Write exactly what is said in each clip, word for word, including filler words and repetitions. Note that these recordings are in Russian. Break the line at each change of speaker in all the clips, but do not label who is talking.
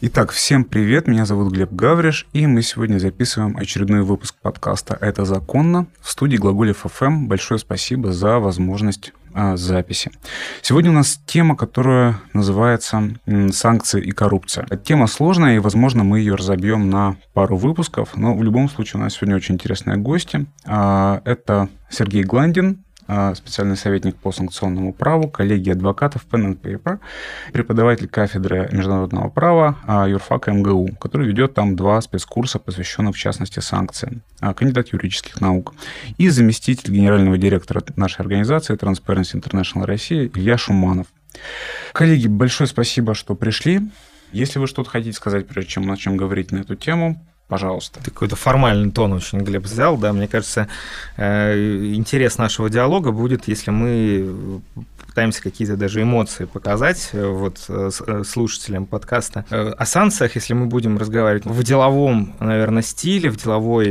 Итак, всем привет, меня зовут Глеб Гавриш, и мы сегодня записываем очередной выпуск подкаста «Это законно» в студии Глаголев эф эм. Большое спасибо за возможность а, записи. Сегодня у нас тема, которая называется «Санкции и коррупция». Тема сложная, и, возможно, мы ее разобьем на пару выпусков, но в любом случае у нас сегодня очень интересные гости. А, это Сергей Гландин, специальный советник по санкционному праву, коллегия адвокатов Pen and Paper, преподаватель кафедры международного права юрфака эм гэ у, который ведет там два спецкурса, посвященных, в частности, санкциям, кандидат юридических наук, и заместитель генерального директора нашей организации Transparency International Россия Илья Шуманов. Коллеги, большое спасибо, что пришли. Если вы что-то хотите сказать, прежде чем мы начнем говорить на эту тему, пожалуйста.
Какой-то формальный тон очень Глеб взял, да, мне кажется, интерес нашего диалога будет, если мы пытаемся какие-то даже эмоции показать вот слушателям подкаста. О санкциях, если мы будем разговаривать в деловом, наверное, стиле, в деловой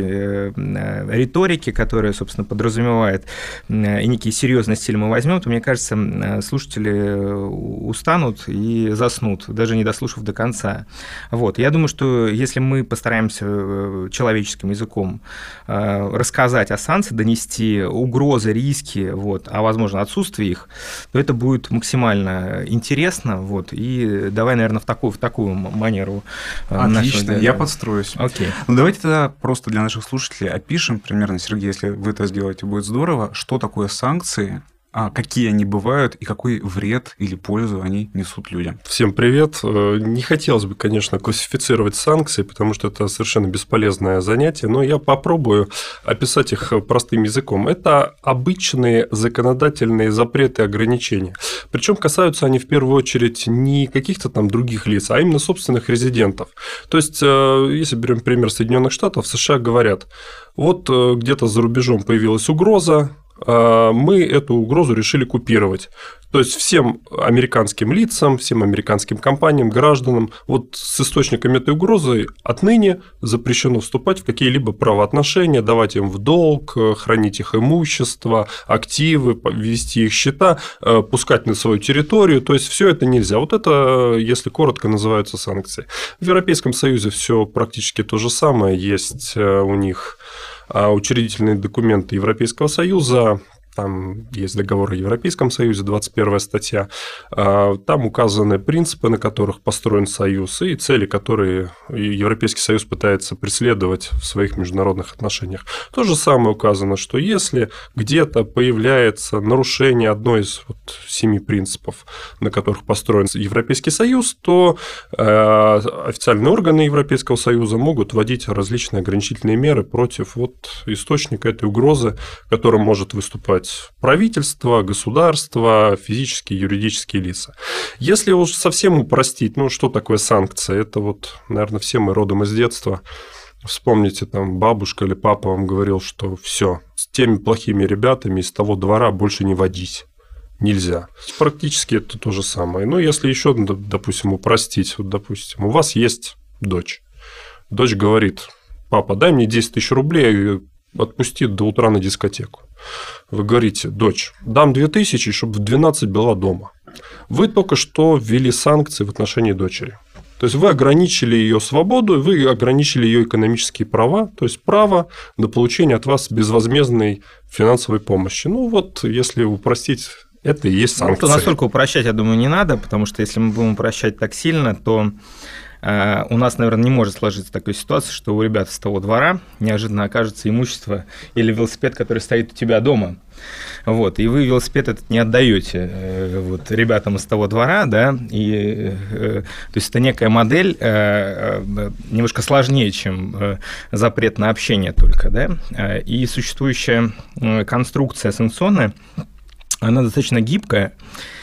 риторике, которая, собственно, подразумевает и некий серьезный стиль мы возьмем, то, мне кажется, слушатели устанут и заснут, даже не дослушав до конца. Вот. Я думаю, что если мы постараемся человеческим языком рассказать о санкциях, донести угрозы, риски, вот, а, возможно, отсутствие их, то это будет максимально интересно. Вот, и давай, наверное, в такую, в такую манеру.
Отлично, нашего... я подстроюсь.
Окей.
Ну, давайте тогда просто для наших слушателей опишем примерно, Сергей, если вы это сделаете, будет здорово, что такое санкции, а какие они бывают и какой вред или пользу они несут людям.
Всем привет. Не хотелось бы, конечно, классифицировать санкции, потому что это совершенно бесполезное занятие, но я попробую описать их простым языком. Это обычные законодательные запреты и ограничения. Причем касаются они в первую очередь не каких-то там других лиц, а именно собственных резидентов. То есть, если берем пример Соединенных Штатов, в США говорят, вот где-то за рубежом появилась угроза, мы эту угрозу решили купировать. То есть, всем американским лицам, всем американским компаниям, гражданам вот с источниками этой угрозы отныне запрещено вступать в какие-либо правоотношения, давать им в долг, хранить их имущество, активы, вести их счета, пускать на свою территорию. То есть, все это нельзя. Вот это, если коротко, называются санкции. В Европейском Союзе все практически то же самое. Есть у них учредительные документы Европейского Союза, там есть договор о Европейском Союзе, двадцать первая статья, там указаны принципы, на которых построен Союз, и цели, которые Европейский Союз пытается преследовать в своих международных отношениях. То же самое указано, что если где-то появляется нарушение одной из вот семи принципов, на которых построен Европейский Союз, то официальные органы Европейского Союза могут вводить различные ограничительные меры против вот источника этой угрозы, которым может выступать правительство, государство, физические, юридические лица. Если уж совсем упростить, ну, что такое санкция? Это вот, наверное, все мы родом из детства. Вспомните, там, бабушка или папа вам говорил, что все, с теми плохими ребятами из того двора больше не водись. Нельзя. Практически это то же самое. Но если еще, допустим, упростить, вот, допустим, у вас есть дочь. Дочь говорит, папа, дай мне десять тысяч рублей, отпусти до утра на дискотеку. Вы говорите, дочь, дам две тысячи, чтобы в двенадцать была дома. Вы только что ввели санкции в отношении дочери. То есть, вы ограничили ее свободу, вы ограничили ее экономические права, то есть, право на получение от вас безвозмездной финансовой помощи. Ну, вот, если упростить, это и есть санкции.
Ну, настолько упрощать, я думаю, не надо, потому что если мы будем упрощать так сильно, то у нас, наверное, не может сложиться такой ситуации, что у ребят с того двора неожиданно окажется имущество или велосипед, который стоит у тебя дома. Вот, и вы велосипед этот не отдаете вот, ребятам из того двора, да, и, то есть это некая модель немножко сложнее, чем запрет на общение только, да, и существующая конструкция санкционная, она достаточно гибкая.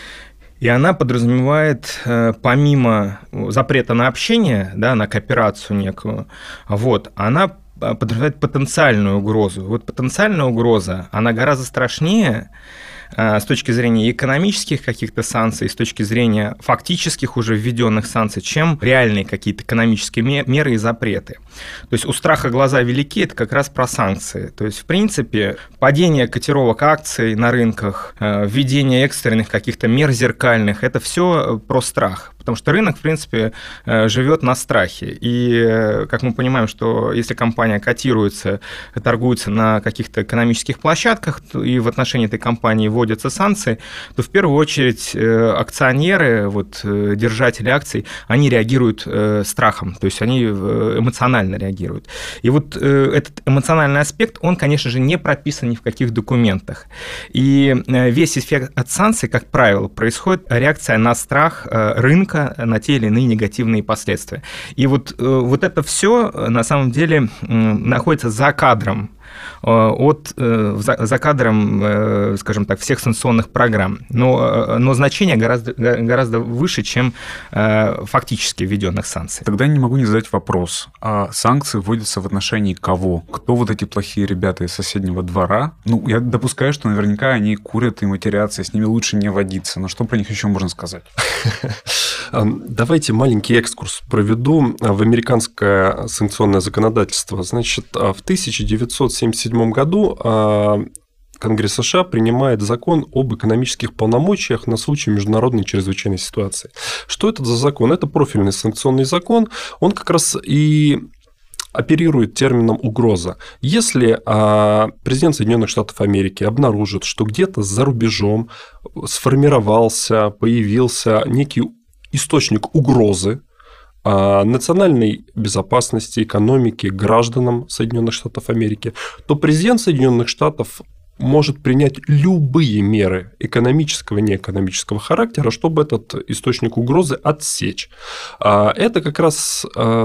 И она подразумевает, помимо запрета на общение, да, на кооперацию некую, вот, она подразумевает потенциальную угрозу. Вот потенциальная угроза, она гораздо страшнее с точки зрения экономических каких-то санкций, с точки зрения фактических уже введенных санкций, чем реальные какие-то экономические меры и запреты. То есть у страха глаза велики, это как раз про санкции. То есть, в принципе, падение котировок акций на рынках, введение экстренных каких-то мер зеркальных, это все про страх. потому что рынок, в принципе, живет на страхе. И, как мы понимаем, что если компания котируется, торгуется на каких-то экономических площадках, и в отношении этой компании вводятся санкции, то в первую очередь акционеры, вот, держатели акций, они реагируют страхом, то есть они эмоционально реагируют. И вот этот эмоциональный аспект, он, конечно же, не прописан ни в каких документах. И весь эффект от санкций, как правило, происходит реакция на страх рынка, на те или иные негативные последствия. И вот, вот это все на самом деле находится за кадром от, за, за кадром, скажем так, всех санкционных программ. Но, но значение гораздо, гораздо выше, чем фактически введенных санкций.
Тогда я не могу не задать вопрос. А санкции вводятся в отношении кого? Кто вот эти плохие ребята из соседнего двора? Ну, я допускаю, что наверняка они курят и матерятся, и с ними лучше не водиться. Но что про них еще можно сказать?
Давайте маленький экскурс проведу в американское санкционное законодательство. Значит, в тысяча девятьсот семьдесят седьмом году Конгресс США принимает закон об экономических полномочиях на случай международной чрезвычайной ситуации. Что это за закон? Это профильный санкционный закон. Он как раз и оперирует термином «угроза». Если а, президент Соединенных Штатов Америки обнаружит, что где-то за рубежом сформировался, появился некий источник угрозы а, национальной безопасности, экономике, гражданам Соединенных Штатов Америки, то президент Соединенных Штатов может принять любые меры экономического и неэкономического характера, чтобы этот источник угрозы отсечь. Это как раз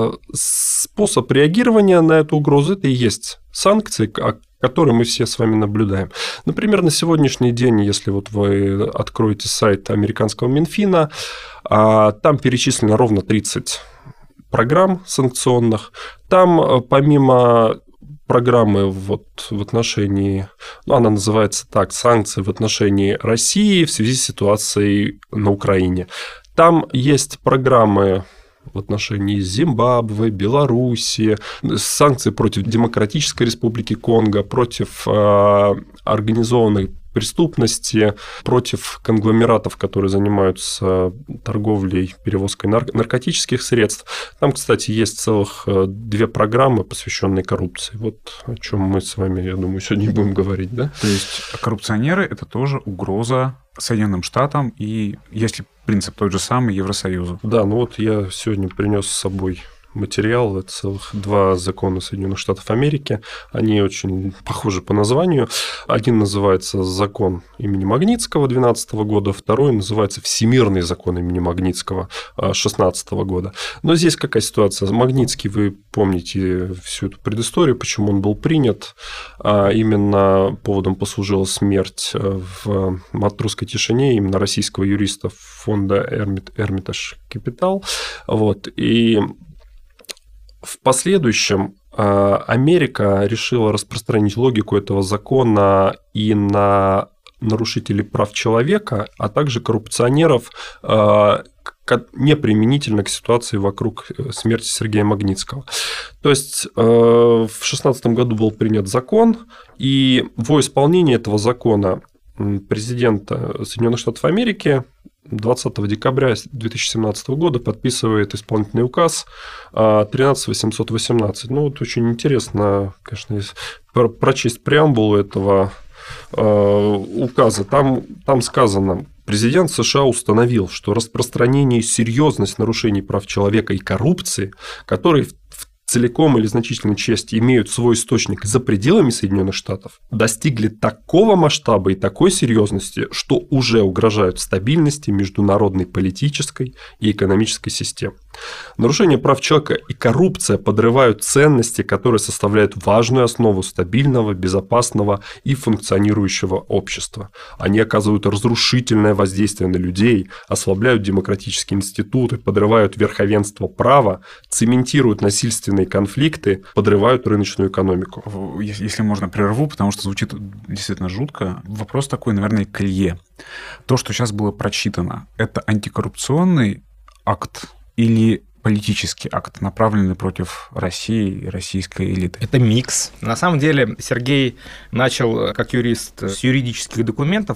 способ реагирования на эту угрозу, это и есть санкции, которые мы все с вами наблюдаем. Например, на сегодняшний день, если вот вы откроете сайт американского Минфина, там перечислено ровно тридцать программ санкционных. Там помимо программы вот в отношении, ну, она называется так, санкции в отношении России в связи с ситуацией на Украине. Там есть программы в отношении Зимбабве, Белоруссии, санкции против Демократической Республики Конго, против э, организованной преступности, против конгломератов, которые занимаются торговлей, перевозкой нар- наркотических средств. Там, кстати, есть целых две программы, посвященные коррупции. Вот о чем мы с вами, я думаю, сегодня будем говорить, да?
То есть коррупционеры – это тоже угроза Соединенным Штатам и, если принцип тот же самый, Евросоюзу.
Да, ну вот я сегодня принес с собой материал, это целых два закона Соединенных Штатов Америки. Они очень похожи по названию. Один называется закон имени Магнитского две тысячи двенадцатого года, второй называется Всемирный закон имени Магнитского две тысячи шестнадцатого года. Но здесь какая ситуация? Магнитский, вы помните всю эту предысторию, почему он был принят. Именно поводом послужила смерть в матросской тишине именно российского юриста фонда Эрмитаж Капитал. Вот. И в последующем Америка решила распространить логику этого закона и на нарушителей прав человека, а также коррупционеров, не применительно к ситуации вокруг смерти Сергея Магнитского. То есть в две тысячи шестнадцатом году был принят закон, и во исполнение этого закона президент Соединенных Штатов Америки двадцатого декабря две тысячи семнадцатого года подписывает исполнительный указ тринадцать восемьсот восемнадцать. Ну, вот очень интересно, конечно, прочесть преамбулу этого указа. Там, там сказано: президент США установил, что распространение и серьезность нарушений прав человека и коррупции, которые целиком или значительной части имеют свой источник за пределами Соединенных Штатов, достигли такого масштаба и такой серьезности, что уже угрожают стабильности международной политической и экономической системы. Нарушение прав человека и коррупция подрывают ценности, которые составляют важную основу стабильного, безопасного и функционирующего общества. Они оказывают разрушительное воздействие на людей, ослабляют демократические институты, подрывают верховенство права, цементируют насильственные конфликты, подрывают рыночную экономику.
Если можно, прерву, потому что звучит действительно жутко. Вопрос такой, наверное, к Илье. То, что сейчас было прочитано, это антикоррупционный акт или политический акт, направленный против России и российской элиты?
Это микс. На самом деле Сергей начал, как юрист, с юридических документов.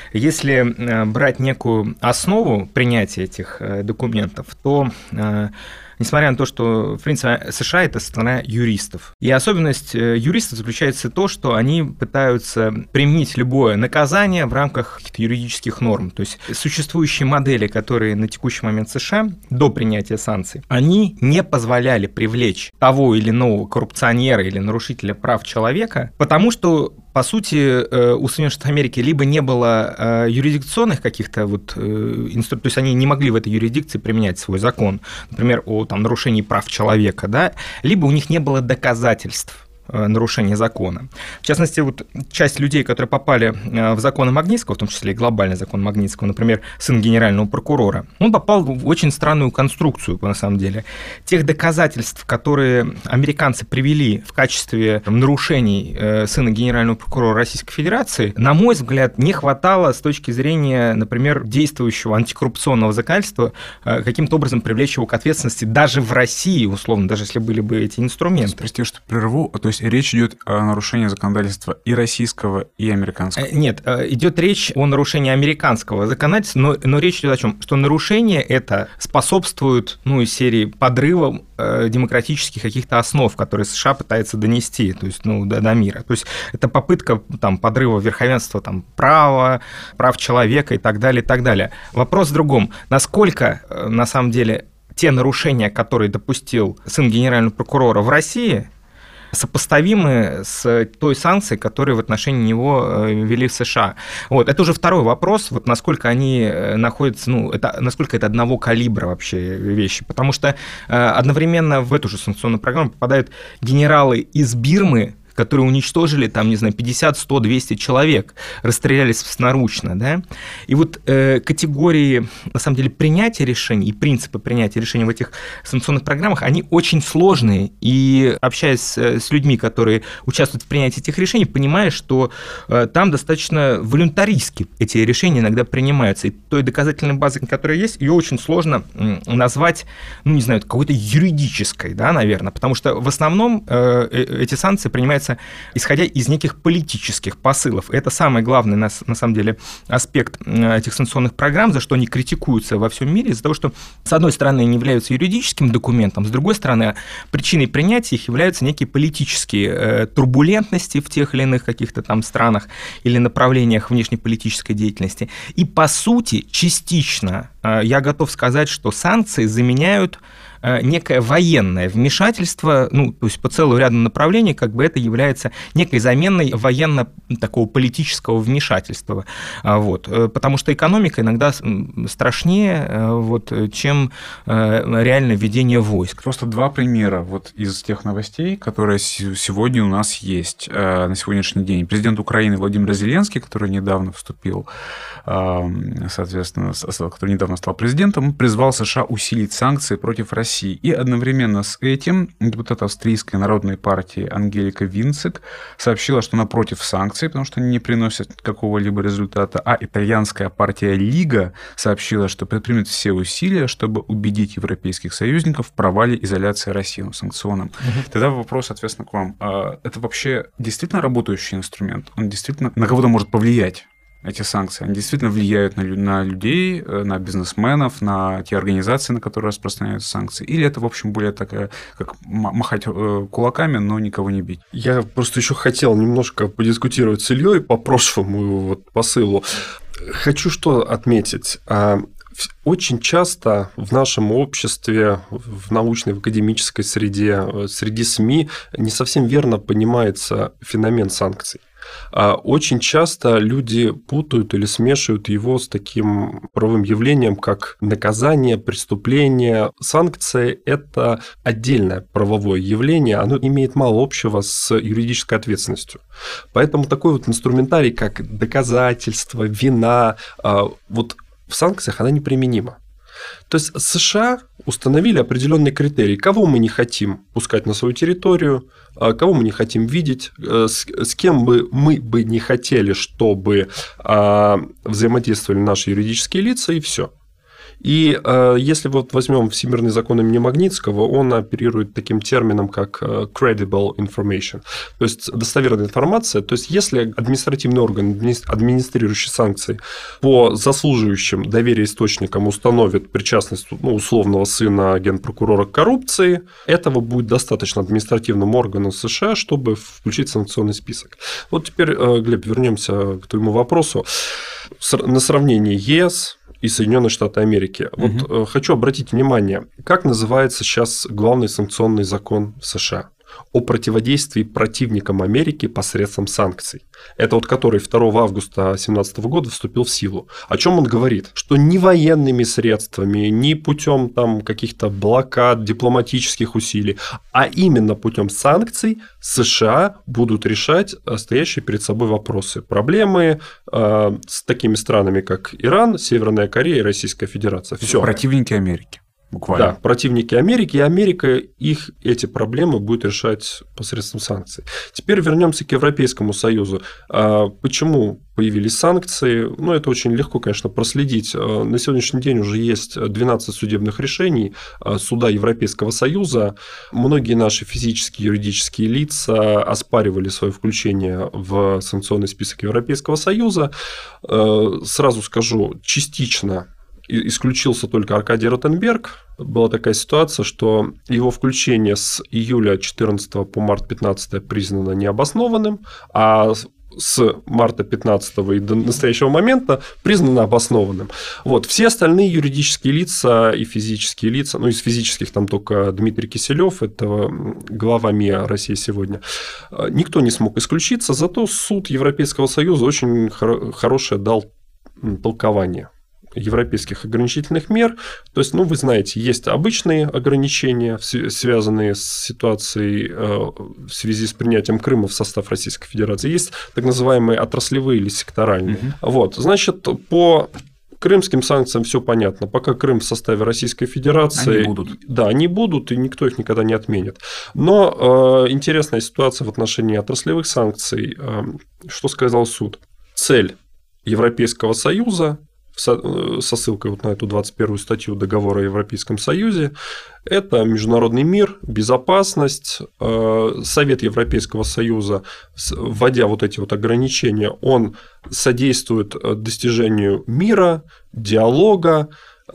Если брать некую основу принятия этих документов, то несмотря на то, что, в принципе, США – это страна юристов. И особенность юристов заключается в том, что они пытаются применить любое наказание в рамках каких-то юридических норм. То есть существующие модели, которые на текущий момент в США до принятия санкций, они не позволяли привлечь того или иного коррупционера или нарушителя прав человека, потому что, по сути, у Соединенных Штатов Америки либо не было юрисдикционных каких-то вот инструментов, то есть они не могли в этой юрисдикции применять свой закон, например, о там, нарушении прав человека, да, либо у них не было доказательств нарушения закона. В частности, вот часть людей, которые попали в законы Магнитского, в том числе и глобальный закон Магнитского, например, сын генерального прокурора, он попал в очень странную конструкцию, на самом деле. Тех доказательств, которые американцы привели в качестве нарушений сына генерального прокурора Российской Федерации, на мой взгляд, не хватало с точки зрения, например, действующего антикоррупционного законодательства каким-то образом привлечь его к ответственности даже в России, условно, даже если были бы эти инструменты.
Прости, что прерву, то есть речь идет о нарушении законодательства и российского, и американского?
Нет, идет речь о нарушении американского законодательства, но, но речь идет о чем? Что нарушение это способствует, ну, из серии подрыва демократических каких-то основ, которые США пытается донести, то есть, ну, до, до мира. То есть это попытка там, подрыва верховенства там, права, прав человека и так далее, и так далее. Вопрос в другом. Насколько, на самом деле, те нарушения, которые допустил сын генерального прокурора в России, сопоставимы с той санкцией, которые в отношении него ввели в США. Вот. Это уже второй вопрос, вот насколько они находятся, ну, это, насколько это одного калибра вообще вещи, потому что одновременно в эту же санкционную программу попадают генералы из Бирмы, которые уничтожили, там, не знаю, пятьдесят, сто, двести человек, расстрелялись собственноручно, да, и вот э, категории, на самом деле, принятия решений и принципы принятия решений в этих санкционных программах, они очень сложные, и общаясь с, с людьми, которые участвуют в принятии этих решений, понимаешь, что э, там достаточно волюнтаристски эти решения иногда принимаются, и той доказательной базы, которая есть, ее очень сложно э, назвать, ну, не знаю, какой-то юридической, да, наверное, потому что в основном э, эти санкции принимаются исходя из неких политических посылов. Это самый главный, на, на самом деле, аспект этих санкционных программ, за что они критикуются во всем мире, из-за того, что, с одной стороны, они являются юридическим документом, с другой стороны, причиной принятия их являются некие политические э, турбулентности в тех или иных каких-то там странах или направлениях внешнеполитической деятельности. И, по сути, частично э, я готов сказать, что санкции заменяют некое военное вмешательство, ну, то есть по целому ряду направлений, как бы это является некой заменой военно-такого политического вмешательства. Вот. Потому что экономика иногда страшнее, вот, чем реальное ведение войск.
Просто два примера вот из тех новостей, которые сегодня у нас есть на сегодняшний день. Президент Украины Владимир Зеленский, который недавно вступил, соответственно, который недавно стал президентом, призвал США усилить санкции против России. И одновременно с этим депутат Австрийской народной партии Ангелика Винцик сообщила, что она против санкций, потому что они не приносят какого-либо результата, а итальянская партия Лига сообщила, что предпримет все усилия, чтобы убедить европейских союзников в провале изоляции России, ну, санкционном. Угу. Тогда вопрос, соответственно, к вам. Это вообще действительно работающий инструмент? Он действительно на кого-то может повлиять? Эти санкции, они действительно влияют на, на людей, на бизнесменов, на те организации, на которые распространяются санкции? Или это, в общем, более такая, как махать кулаками, но никого не бить?
Я просто еще хотел немножко подискутировать с Ильей по прошлому вот посылу. Хочу что отметить. Очень часто в нашем обществе, в научной, в академической среде, среди СМИ не совсем верно понимается феномен санкций. Очень часто люди путают или смешивают его с таким правовым явлением, как наказание, преступление. Санкции – это отдельное правовое явление, оно имеет мало общего с юридической ответственностью. Поэтому такой вот инструментарий, как доказательство, вина, вот в санкциях она неприменима. То есть США установили определенные критерии, кого мы не хотим пускать на свою территорию, кого мы не хотим видеть, с кем бы мы бы не хотели, чтобы взаимодействовали наши юридические лица, и все. И э, если вот возьмем Всемирный закон имени Магнитского, он оперирует таким термином, как credible information, то есть достоверная информация. То есть если административный орган, администрирующий санкции, по заслуживающим доверия источникам установит причастность, ну, условного сына генпрокурора к коррупции, этого будет достаточно административному органу США, чтобы включить санкционный список. Вот теперь, Глеб, вернемся к твоему вопросу. На сравнении ЕС и Соединенные Штаты Америки. Вот угу. хочу обратить внимание, как называется сейчас главный санкционный закон в США? О противодействии противникам Америки посредством санкций. Это вот который второго августа две тысячи семнадцатого года вступил в силу. О чем он говорит? Что ни военными средствами, ни путем там каких-то блокад, дипломатических усилий, а именно путем санкций США будут решать стоящие перед собой вопросы. Проблемы э, с такими странами, как Иран, Северная Корея и Российская Федерация. Все.
Противники Америки. Буквально.
Да, противники Америки, и Америка их эти проблемы будет решать посредством санкций. Теперь вернемся к Европейскому Союзу. Почему появились санкции? Ну, это очень легко, конечно, проследить. На сегодняшний день уже есть двенадцать судебных решений Суда Европейского Союза. Многие наши физические и юридические лица оспаривали свое включение в санкционный список Европейского Союза. Сразу скажу, частично исключился только Аркадий Ротенберг. Была такая ситуация, что его включение с июля две тысячи четырнадцатого по март две тысячи пятнадцатого признано необоснованным, а с марта две тысячи пятнадцатого и до настоящего момента признано обоснованным. Вот. Все остальные юридические лица и физические лица, ну, из физических там только Дмитрий Киселев, это глава МИА России сегодня, никто не смог исключиться, зато суд Европейского Союза очень хорошее дал толкование европейских ограничительных мер. То есть, ну, вы знаете, есть обычные ограничения, связанные с ситуацией в связи с принятием Крыма в состав Российской Федерации. Есть так называемые отраслевые или секторальные. Угу. Вот, значит, по крымским санкциям все понятно. Пока Крым в составе Российской Федерации...
Они будут.
Да, они будут, и никто их никогда не отменит. Но э, интересная ситуация в отношении отраслевых санкций. Э, что сказал суд? Цель Европейского Союза со ссылкой вот на эту двадцать первую статью договора о Европейском Союзе, это международный мир, безопасность. Совет Европейского Союза, вводя вот эти вот ограничения, он содействует достижению мира, диалога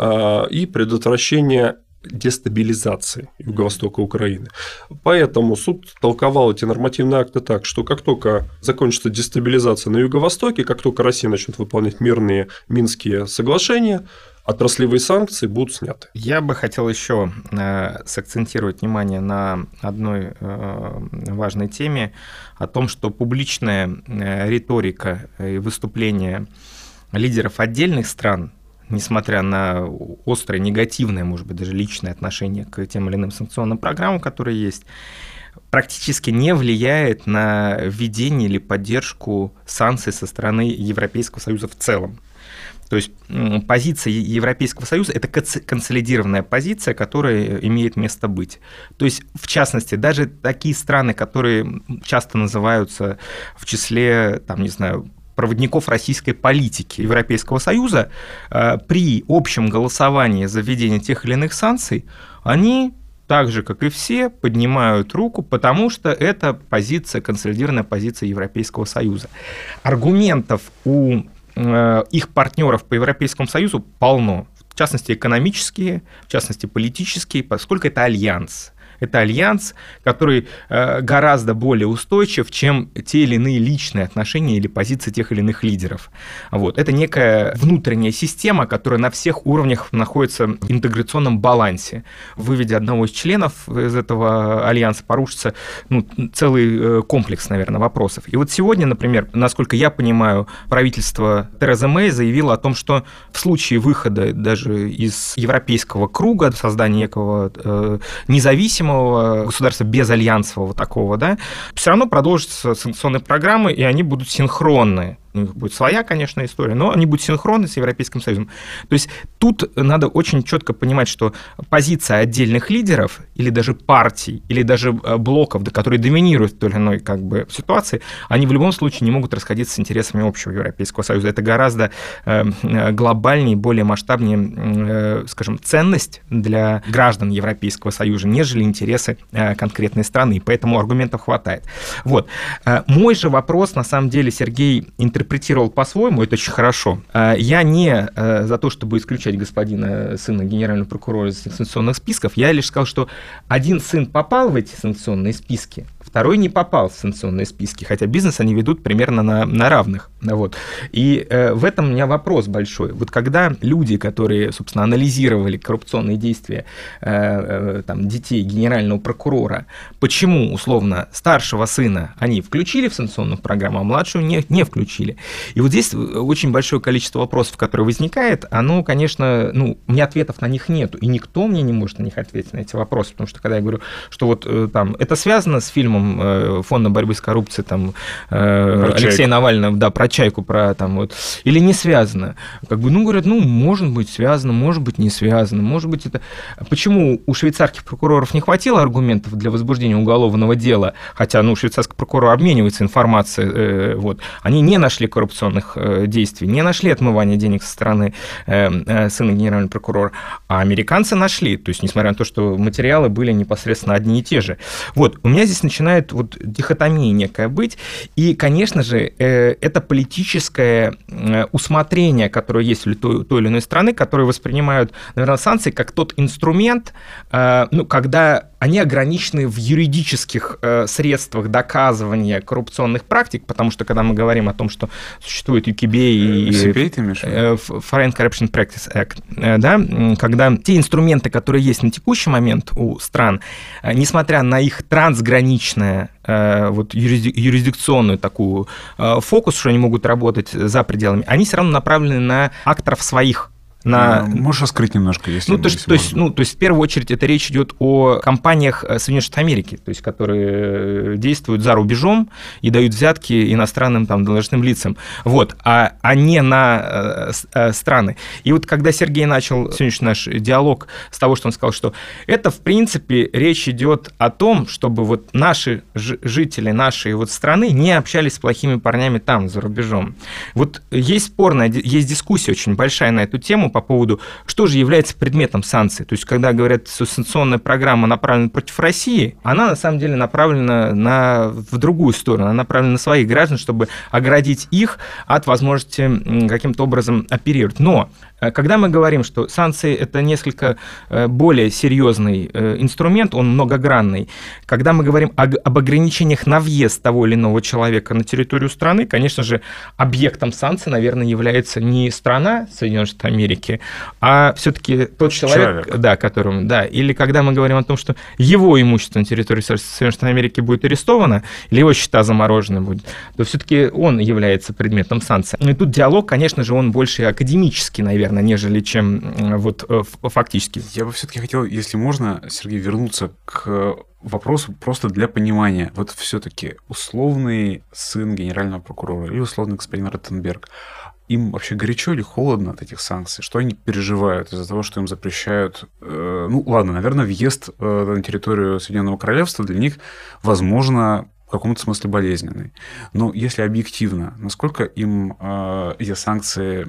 и предотвращения дестабилизации юго-востока Украины. Поэтому суд толковал эти нормативные акты так, что как только закончится дестабилизация на юго-востоке, как только Россия начнет выполнять мирные Минские соглашения, отраслевые санкции будут сняты.
Я бы хотел еще сакцентировать внимание на одной важной теме, о том, что публичная риторика и выступления лидеров отдельных стран, несмотря на острое, негативное, может быть, даже личное отношение к тем или иным санкционным программам, которые есть, практически не влияет на введение или поддержку санкций со стороны Европейского Союза в целом. То есть позиция Европейского Союза – это консолидированная позиция, которая имеет место быть. То есть, в частности, даже такие страны, которые часто называются в числе, там, не знаю, проводников российской политики Европейского Союза, при общем голосовании за введение тех или иных санкций, они, так же, как и все, поднимают руку, потому что это позиция, консолидированная позиция Европейского Союза. Аргументов у их партнеров по Европейскому Союзу полно, в частности, экономические, в частности, политические, поскольку это альянс. Это альянс, который гораздо более устойчив, чем те или иные личные отношения или позиции тех или иных лидеров. Вот. Это некая внутренняя система, которая на всех уровнях находится в интеграционном балансе. Выведя одного из членов из этого альянса, порушится ну, целый комплекс, наверное, вопросов. И вот сегодня, например, насколько я понимаю, правительство Терезы Мэй заявило о том, что в случае выхода даже из европейского круга, создания некого э, независимого государства безальянсового такого, да, все равно продолжатся санкционные программы, и они будут синхронны у них будет своя, конечно, история, но они будут синхронны с Европейским Союзом. То есть тут надо очень четко понимать, что позиция отдельных лидеров или даже партий, или даже блоков, которые доминируют в той или иной как бы, ситуации, они в любом случае не могут расходиться с интересами общего Европейского Союза. Это гораздо глобальнее, более масштабнее, скажем, ценность для граждан Европейского Союза, нежели интересы конкретной страны. И поэтому аргументов хватает. Вот. Мой же вопрос, на самом деле, Сергей интерпретировал по-своему, это очень хорошо. Я не за то, чтобы исключать господина сына генерального прокурора из санкционных списков, я лишь сказал, что один сын попал в эти санкционные списки, второй не попал в санкционные списки, хотя бизнес они ведут примерно на, на равных. Вот. И э, в этом у меня вопрос большой. Вот когда люди, которые, собственно, анализировали коррупционные действия э, э, там, детей генерального прокурора, почему, условно, старшего сына они включили в санкционную программу, а младшего не, не включили? И вот здесь очень большое количество вопросов, которые возникает, оно, конечно, ну, у меня ответов на них нету, и никто мне не может на них ответить, на эти вопросы, потому что когда я говорю, что вот э, там, это связано с фильмом Фонда борьбы с коррупцией там, Алексея Навального, да, про чайку, про там вот, или не связано. Как бы, ну, говорят, ну, может быть, связано, может быть, не связано, может быть, это... Почему у швейцарских прокуроров не хватило аргументов для возбуждения уголовного дела, хотя, ну, швейцарский прокурор обменивается информацией, э, вот, они не нашли коррупционных э, действий, не нашли отмывания денег со стороны э, э, сына генерального прокурора, а американцы нашли, то есть, несмотря на то, что материалы были непосредственно одни и те же. Вот, у меня здесь начинает вот дихотомия некая быть, и, конечно же, это политическое усмотрение, которое есть у той, той или иной страны, которые воспринимают, наверное, санкции как тот инструмент, ну, когда они ограничены в юридических средствах доказывания коррупционных практик, потому что, когда мы говорим о том, что существует ю кей би эй и
си пи эй, ты имеешь в виду?
Foreign Corruption Practice Act, да, когда те инструменты, которые есть на текущий момент у стран, несмотря на их трансграничное вот, юрисдикционную такую фокус, что они могут работать за пределами, они все равно направлены на акторов своих. На...
Можешь раскрыть немножко, если,
ну, то,
если
то, есть, ну, то есть, в первую очередь, это речь идет о компаниях Соединенных Штатов Америки, то есть, которые действуют за рубежом и дают взятки иностранным там, должностным лицам, вот, а, а не на э, страны. И вот когда Сергей начал сегодняшний наш диалог с того, что он сказал, что это, в принципе, речь идет о том, чтобы вот наши жители нашей вот страны не общались с плохими парнями там, за рубежом. Вот есть спорная, есть дискуссия очень большая на эту тему, по поводу, что же является предметом санкций. То есть, когда говорят, что санкционная программа направлена против России, она на самом деле направлена на, в другую сторону, она направлена на своих граждан, чтобы оградить их от возможности каким-то образом оперировать. Но когда мы говорим, что санкции – это несколько более серьезный инструмент, он многогранный, когда мы говорим об ограничениях на въезд того или иного человека на территорию страны, конечно же, объектом санкций, наверное, является не страна Соединенных Штатов Америки, а все-таки тот человек, человек. Да, которому, да, или когда мы говорим о том, что его имущество на территории Соединенных Штатов Америки будет арестовано, или его счета заморожены будут, то все-таки он является предметом санкций. И тут диалог, конечно же, он больше академический, наверное, нежели чем вот фактически.
Я бы все-таки хотел, если можно, Сергей, вернуться к вопросу просто для понимания. Вот все-таки условный сын генерального прокурора или условный господин Ротенберг, им вообще горячо или холодно от этих санкций? Что они переживают из-за того, что им запрещают... Э, ну, ладно, наверное, въезд э, на территорию Соединенного Королевства для них, возможно, в каком-то смысле болезненный. Но если объективно, насколько им э, эти санкции...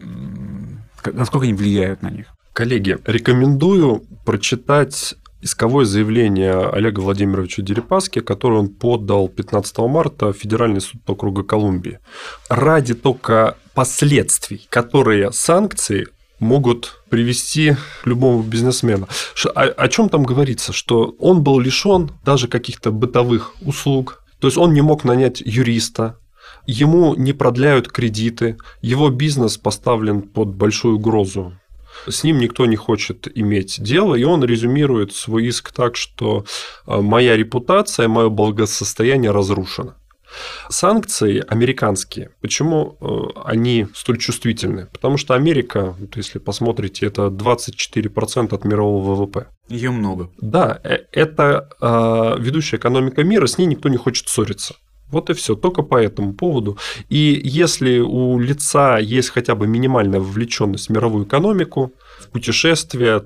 Э, насколько они влияют на них?
Коллеги, рекомендую прочитать исковое заявление Олега Владимировича Дерипаски, которое он подал пятнадцатого марта в Федеральный суд округа Колумбии. Ради только последствий, которые санкции могут привести к любому бизнесмену. О, о чем там говорится? Что он был лишен даже каких-то бытовых услуг, то есть он не мог нанять юриста, ему не продляют кредиты, его бизнес поставлен под большую угрозу. С ним никто не хочет иметь дело, и он резюмирует свой иск так, что моя репутация, мое благосостояние разрушено. Санкции американские, почему они столь чувствительны? Потому что Америка, если посмотрите, это двадцать четыре процента от мирового ВВП.
Ее много.
Да, это ведущая экономика мира, с ней никто не хочет ссориться. Вот и все, только по этому поводу. И если у лица есть хотя бы минимальная вовлеченность в мировую экономику, в путешествия,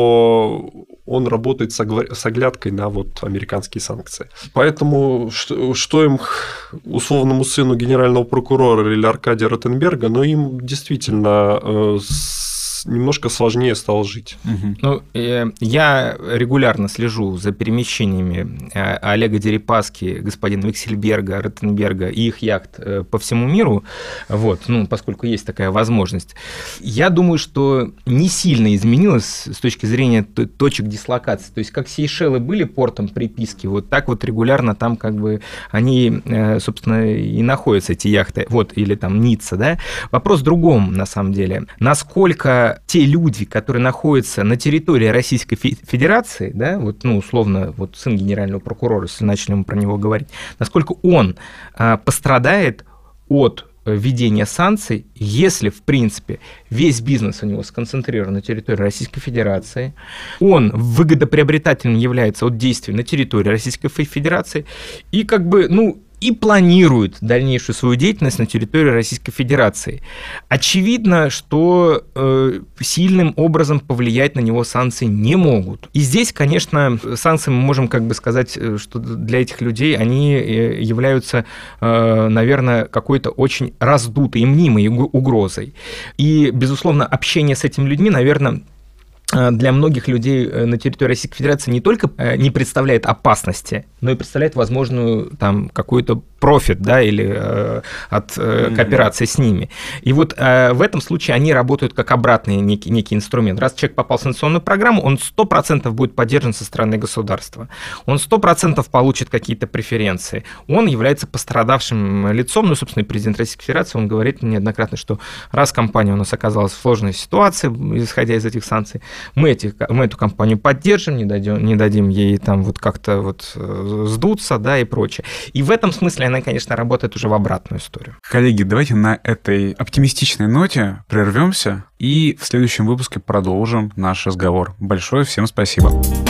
то он работает с оглядкой на вот американские санкции. Поэтому что, что им, условному сыну генерального прокурора или Аркадия Ротенберга, но им действительно э, немножко сложнее стало жить.
Угу. Ну, э, я регулярно слежу за перемещениями э, Олега Дерипаски, господина Виксельберга, Ротенберга и их яхт э, по всему миру, вот, ну, поскольку есть такая возможность. Я думаю, что не сильно изменилось с точки зрения точек дислокации. То есть, как Сейшелы были портом приписки, вот так вот регулярно там как бы они, э, собственно, и находятся, эти яхты, вот, или там Ницца, да. Вопрос в другом, на самом деле. Насколько те люди, которые находятся на территории Российской Федерации, да, вот, ну, условно, вот сын генерального прокурора, если начали мы про него говорить, насколько он а, пострадает от введения санкций, если, в принципе, весь бизнес у него сконцентрирован на территории Российской Федерации, он выгодоприобретательным является от действий на территории Российской Федерации, и как бы, ну, и планирует дальнейшую свою деятельность на территории Российской Федерации. Очевидно, что э, сильным образом повлиять на него санкции не могут. И здесь, конечно, санкции мы можем как бы сказать, что для этих людей они являются, э, наверное, какой-то очень раздутой и мнимой угрозой. И, безусловно, общение с этими людьми, наверное, для многих людей на территории Российской Федерации не только не представляет опасности, но и представляет возможную там какую-то профит, да, или э, от э, кооперации с ними. И вот э, в этом случае они работают как обратный некий, некий инструмент. Раз человек попал в санкционную программу, он сто процентов будет поддержан со стороны государства. Он сто процентов получит какие-то преференции. Он является пострадавшим лицом. Ну, собственно, и президент Российской Федерации, он говорит неоднократно, что раз компания у нас оказалась в сложной ситуации, исходя из этих санкций, мы, эти, мы эту компанию поддержим, не дадим, не дадим ей там вот как-то вот сдуться, да, и прочее. И в этом смысле она, конечно, работает уже в обратную историю.
Коллеги, давайте на этой оптимистичной ноте прервемся и в следующем выпуске продолжим наш разговор. Большое всем спасибо.